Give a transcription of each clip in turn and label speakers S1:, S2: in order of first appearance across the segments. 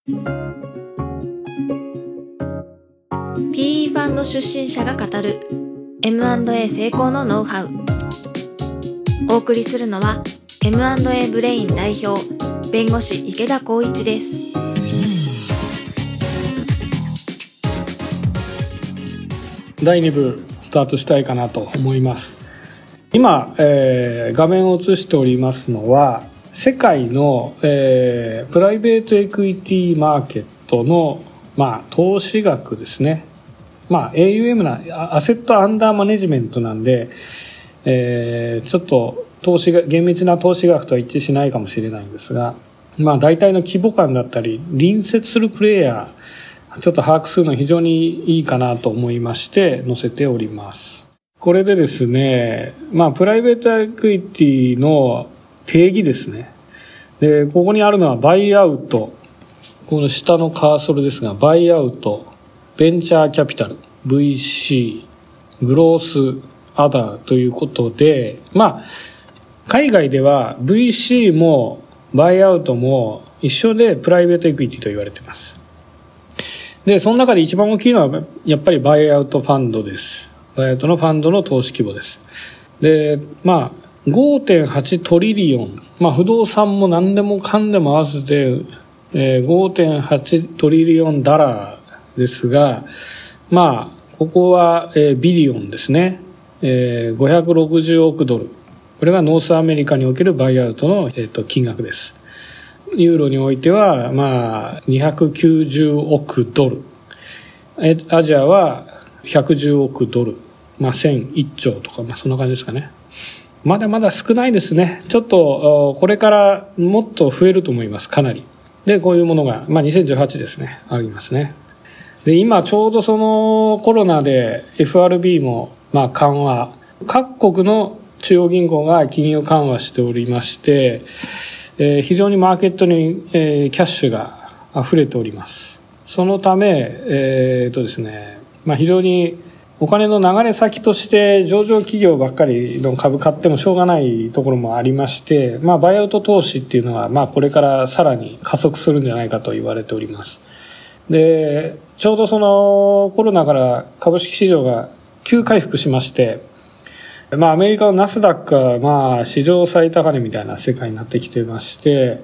S1: PE ファンド出身者が語る M&A 成功のノウハウ。お送りするのは M&A ブレイン代表弁護士池田光一です。
S2: 第2部スタートしたいかなと思います。今、画面を映しておりますのは世界の、プライベートエクイティマーケットの、投資額ですね。AUM なアセットアンダーマネジメントなんで、ちょっと厳密な投資額とは一致しないかもしれないんですが、大体の規模感だったり隣接するプレイヤーちょっと把握するの非常にいいかなと思いまして載せております。これでですね、プライベートエクイティの定義ですね。で、ここにあるのはバイアウト、この下のカーソルですが、バイアウト、ベンチャーキャピタル、VC、グロース、アダーということで、海外では VC もバイアウトも一緒でプライベートエクイティと言われています。で、その中で一番大きいのはやっぱりバイアウトファンドです。バイアウトのファンドの投資規模です。で、5.8 トリリオン、不動産も何でもかんでも合わせて、5.8 トリリオンダラーですが、ここは、ビリオンですね。560億ドル。これがノースアメリカにおけるバイアウトの、金額です。ユーロにおいては、290億ドル。アジアは110億ドル。1001兆とか、そんな感じですかね。まだまだ少ないですね。ちょっと、これからもっと増えると思います。かなり。で、こういうものが、2018ですね。ありますね。で、今ちょうどそのコロナで FRB も、緩和。各国の中央銀行が金融緩和しておりまして、非常にマーケットに、キャッシュが溢れております。そのため、ですね、非常にお金の流れ先として上場企業ばっかりの株買ってもしょうがないところもありまして、バイアウト投資っていうのは、これからさらに加速するんじゃないかと言われております。で、ちょうどそのコロナから株式市場が急回復しまして、アメリカのナスダックは史上最高値みたいな世界になってきてまして、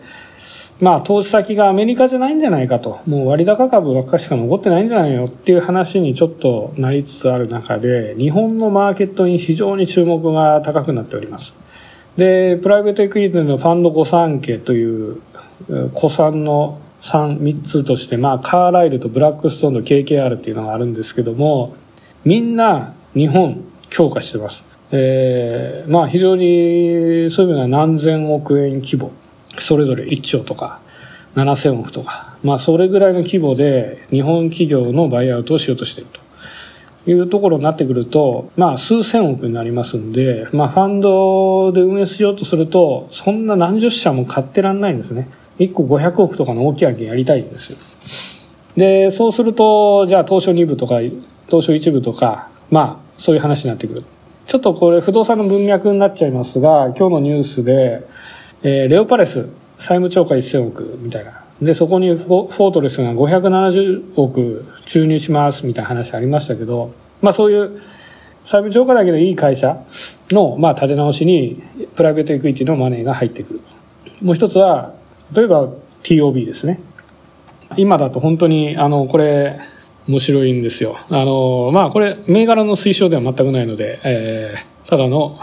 S2: 投資先がアメリカじゃないんじゃないかと、もう割高株ばっかしか残ってないんじゃないのっていう話にちょっとなりつつある中で、日本のマーケットに非常に注目が高くなっております。で、プライベートエクイティのファンド御三家という古参の3つとして、カーライルとブラックストーンの KKR っていうのがあるんですけども、みんな日本強化してます。非常にそういうのは何千億円規模、それぞれ1兆とか7000億とか、それぐらいの規模で日本企業のバイアウトをしようとしているというところになってくると、数千億になりますんで、ファンドで運営しようとすると、そんな何十社も買ってらんないんですね。1個500億とかの大きい案件やりたいんですよ。で、そうすると、じゃあ東証2部とか、東証1部とか、そういう話になってくる。ちょっとこれ不動産の文脈になっちゃいますが、今日のニュースで、レオパレス、債務超過1000億みたいな。で、そこにフォートレスが570億注入しますみたいな話ありましたけど、そういう債務超過だけでいい会社の、立て直しにプライベートエクイティのマネーが入ってくる。もう一つは、例えば TOB ですね。今だと本当に、これ、面白いんですよ。これ、銘柄の推奨では全くないので、ただの、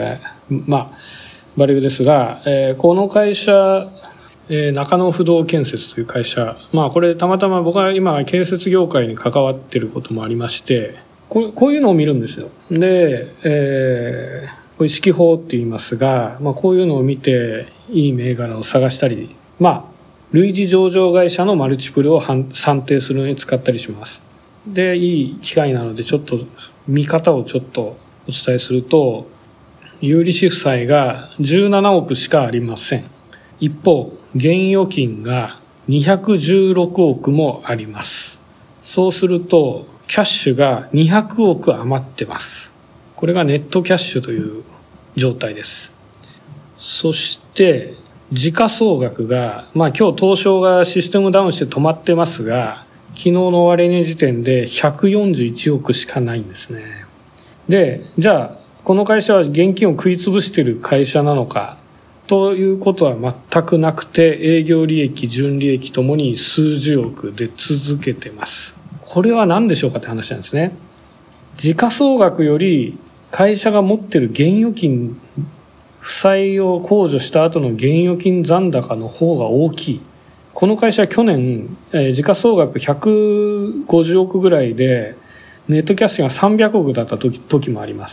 S2: バリューですが、この会社、中野不動建設という会社、これたまたま僕は今建設業界に関わっていることもありまして、こういうのを見るんですよ。で、これ指揮法って言いますが、こういうのを見ていい銘柄を探したり、類似上場会社のマルチプルを算定するのに使ったりします。で、いい機会なのでちょっと見方をちょっとお伝えすると、有利子負債が17億しかありません。一方、現預金が216億もあります。そうすると、キャッシュが200億余ってます。これがネットキャッシュという状態です。そして、 時価総額が、今日東証がシステムダウンして止まってますが、昨日の終値時点で141億しかないんですね。で、じゃあ、この会社は現金を食い潰している会社なのか、ということは全くなくて、営業利益、純利益ともに数十億で続けてます。これは何でしょうかって話なんですね。時価総額より会社が持っている現預金、負債を控除した後の現預金残高の方が大きい。この会社は去年、時価総額150億ぐらいで、ネットキャッシュが300億だった時もあります。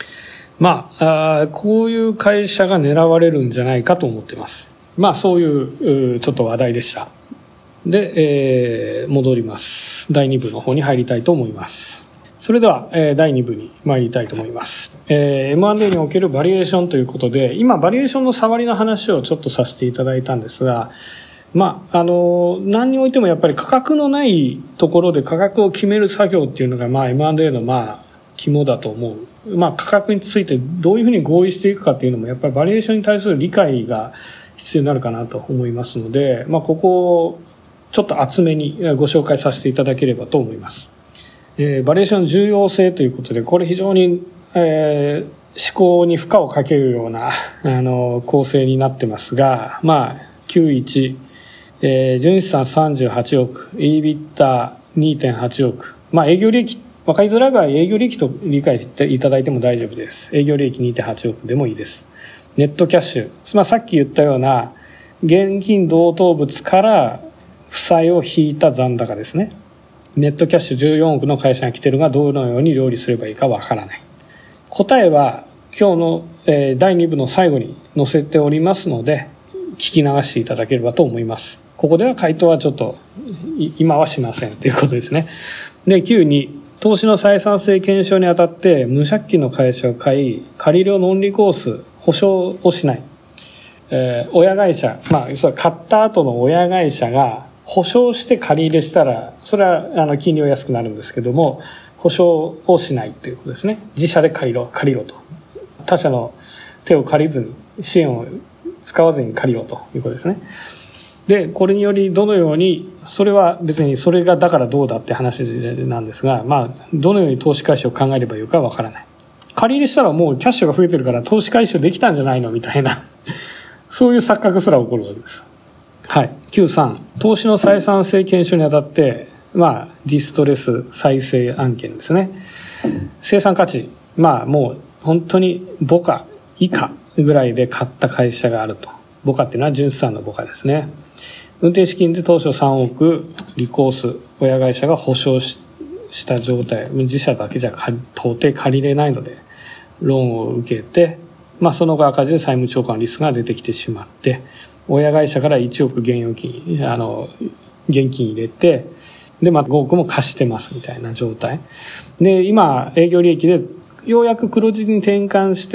S2: こういう会社が狙われるんじゃないかと思っています。そういうちょっと話題でした。で、戻ります。第2部の方に入りたいと思います。それでは、第2部に参りたいと思います。M&A におけるバリエーションということで、今バリエーションの触りの話をちょっとさせていただいたんですが、何においてもやっぱり価格のないところで価格を決める作業っていうのが、M&A の肝だと思う。価格についてどういうふうに合意していくかっていうのも、やっぱりバリエーションに対する理解が必要になるかなと思いますので、ここをちょっと厚めにご紹介させていただければと思います。バリエーションの重要性ということで、これ非常に、思考に負荷をかけるような、構成になってますが、91、純資産38億、EBITDA2.8 億。営業利益、わかりづらい場合、営業利益と理解していただいても大丈夫です。営業利益 2.8 億でもいいです。ネットキャッシュ。さっき言ったような、現金同等物から負債を引いた残高ですね。ネットキャッシュ14億の会社が来てるが、どのように料理すればいいかわからない。答えは、今日の、第2部の最後に載せておりますので、聞き流していただければと思います。ここでは回答はちょっと今はしませんということですね。で、9に投資の採算性検証にあたって無借金の会社を買い、借り入れをノンリコース、保証をしない。親会社、買った後の親会社が保証して借り入れしたら、それは金利は安くなるんですけども、保証をしないということですね。自社で借りろと。他社の手を借りずに、支援を使わずに借りろということですね。で、これによりどのように、それは別にそれがだからどうだって話なんですが、どのように投資回収を考えればいいかわからない。借り入れしたらもうキャッシュが増えてるから投資回収できたんじゃないのみたいな、そういう錯覚すら起こるわけです。はい。93、投資の採算性検証にあたって、ディストレス再生案件ですね。生産価値、もう本当に母価以下ぐらいで買った会社があると。母価っていうのは純資産の母価ですね。運転資金で当初3億リコース、親会社が保証した状態、自社だけじゃ到底借りれないので、ローンを受けて、その後赤字で債務超過のリスクが出てきてしまって、親会社から1億現預金、現金入れて、で、5億も貸してますみたいな状態。で、今、営業利益でようやく黒字に転換して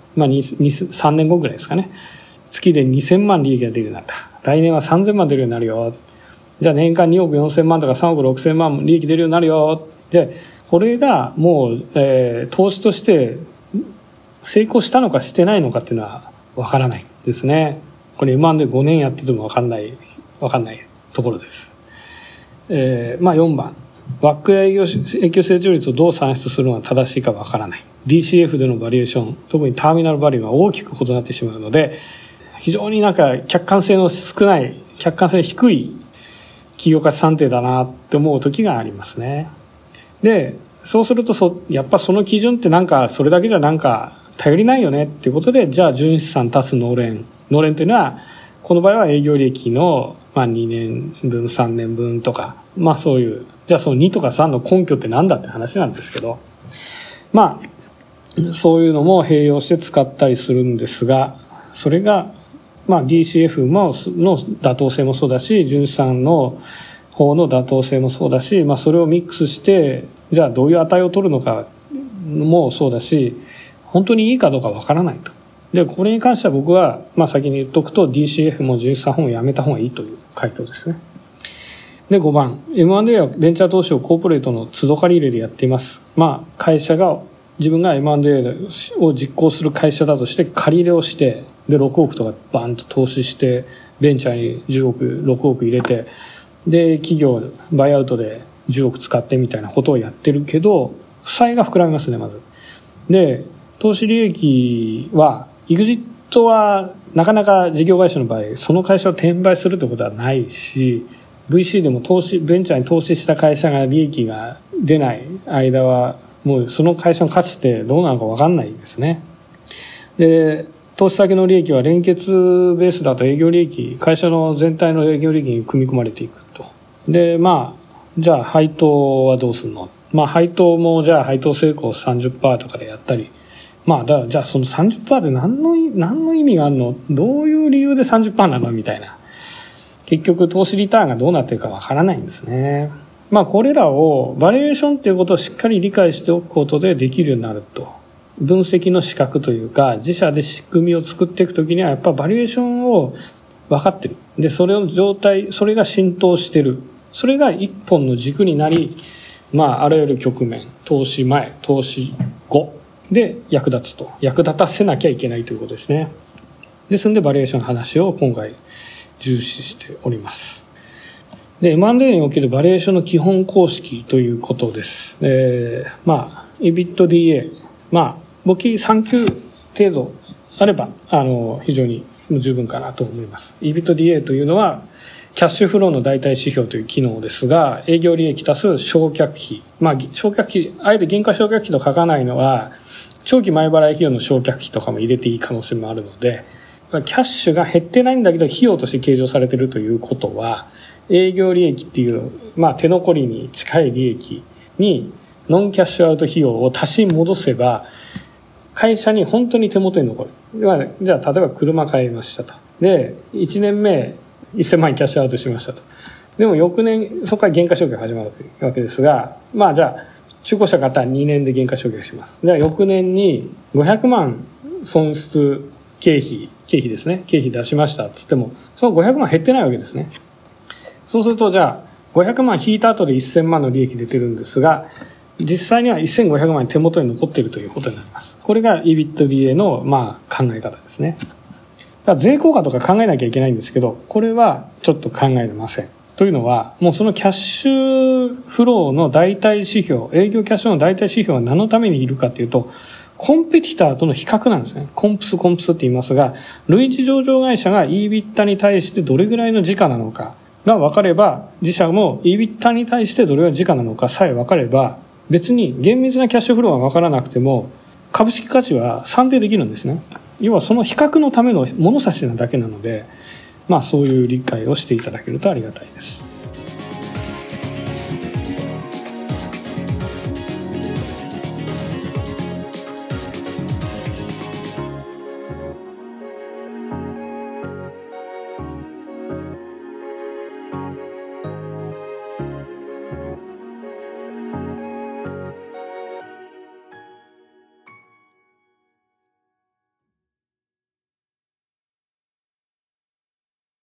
S2: 、3年後ぐらいですかね。月で2000万利益が出るようになった。来年は3000万出るようになるよ。じゃあ年間2億4000万とか3億6000万利益出るようになるよ。で、これがもう、投資として成功したのかしてないのかっていうのはわからないですね。これ M&A5 年やっててもわかんないところです。4番。ワックや営業成長率をどう算出するのが正しいかわからない。DCF でのバリエーション、特にターミナルバリューが大きく異なってしまうので、非常に客観性の低い企業価値算定だなって思う時がありますね。で、そうするとやっぱその基準ってそれだけじゃ頼りないよねっていうことで、じゃあ純資産足す農連というのは、この場合は営業利益の2年分3年分とか、そういう、じゃあその2とか3の根拠ってなんだって話なんですけど、そういうのも併用して使ったりするんですが、それがDCF の妥当性もそうだし、純資産の方の妥当性もそうだし、それをミックスして、じゃあどういう値を取るのかもそうだし、本当にいいかどうかわからないと。で、これに関しては僕は、先に言っとくと DCF も純資産もやめた方がいいという回答ですね。で、5番。M&A はベンチャー投資をコーポレートの都度借り入れでやっています。会社が自分が M&A を実行する会社だとして借り入れをして、で6億とかバンと投資してベンチャーに10億6億入れて、で企業バイアウトで10億使ってみたいなことをやってるけど、負債が膨らみますね、まず。で投資利益はエグジットはなかなか事業会社の場合その会社を転売するってことはないし、 VC でもベンチャーに投資した会社が利益が出ない間はもうその会社の価値ってどうなのか分かんないですね。で投資先の利益は連結ベースだと営業利益、会社の全体の営業利益に組み込まれていくと。でじゃあ配当はどうするの。配当もじゃあ配当成功 30% とかでやったり、じゃあその 30% で何の意味があるの、どういう理由で 30% なのみたいな、結局投資リターンがどうなっているかわからないんですね。これらをバリエーションっていうことをしっかり理解しておくことでできるようになると。分析の資格というか自社で仕組みを作っていくときにはやっぱバリエーションを分かってる。でそれの状態、それが浸透してる、それが一本の軸になり、あらゆる局面、投資前投資後で役立たせなきゃいけないということですね。ですのでバリエーションの話を今回重視しております。で M&A におけるバリエーションの基本公式ということです。EBITDA、簿記3級程度あれば非常に十分かなと思います。EBITDA というのはキャッシュフローの代替指標という機能ですが、営業利益足す償却費、償却費、あえて減価償却費と書かないのは長期前払い費用の償却費とかも入れていい可能性もあるので、キャッシュが減ってないんだけど費用として計上されているということは、営業利益っていう、手残りに近い利益にノンキャッシュアウト費用を足し戻せば会社に本当に手元に残る。じゃあ例えば車買いましたと。で1年目1000万円キャッシュアウトしましたと。でも翌年そこから減価償却が始まるわけですが、じゃあ中古車買ったら2年で減価償却します。では翌年に500万損失経費ですね、経費出しましたっつってもその500万減ってないわけですね。そうするとじゃあ500万引いた後で1000万の利益出てるんですが、実際には1500万円手元に残っているということになります。これが EBITDA の考え方ですね。だから税効果とか考えなきゃいけないんですけど、これはちょっと考えれません。というのはもうそのキャッシュフローの代替指標、営業キャッシュの代替指標は何のためにいるかというと、コンペティターとの比較なんですね。コンプスって言いますが、類似上場会社が EBITDA に対してどれぐらいの時価なのかが分かれば、自社も EBITDA に対してどれぐらい時価なのかさえ分かれば、別に厳密なキャッシュフローが分からなくても株式価値は算定できるんですね。要はその比較のための物差しなだけなので、そういう理解をしていただけるとありがたいです。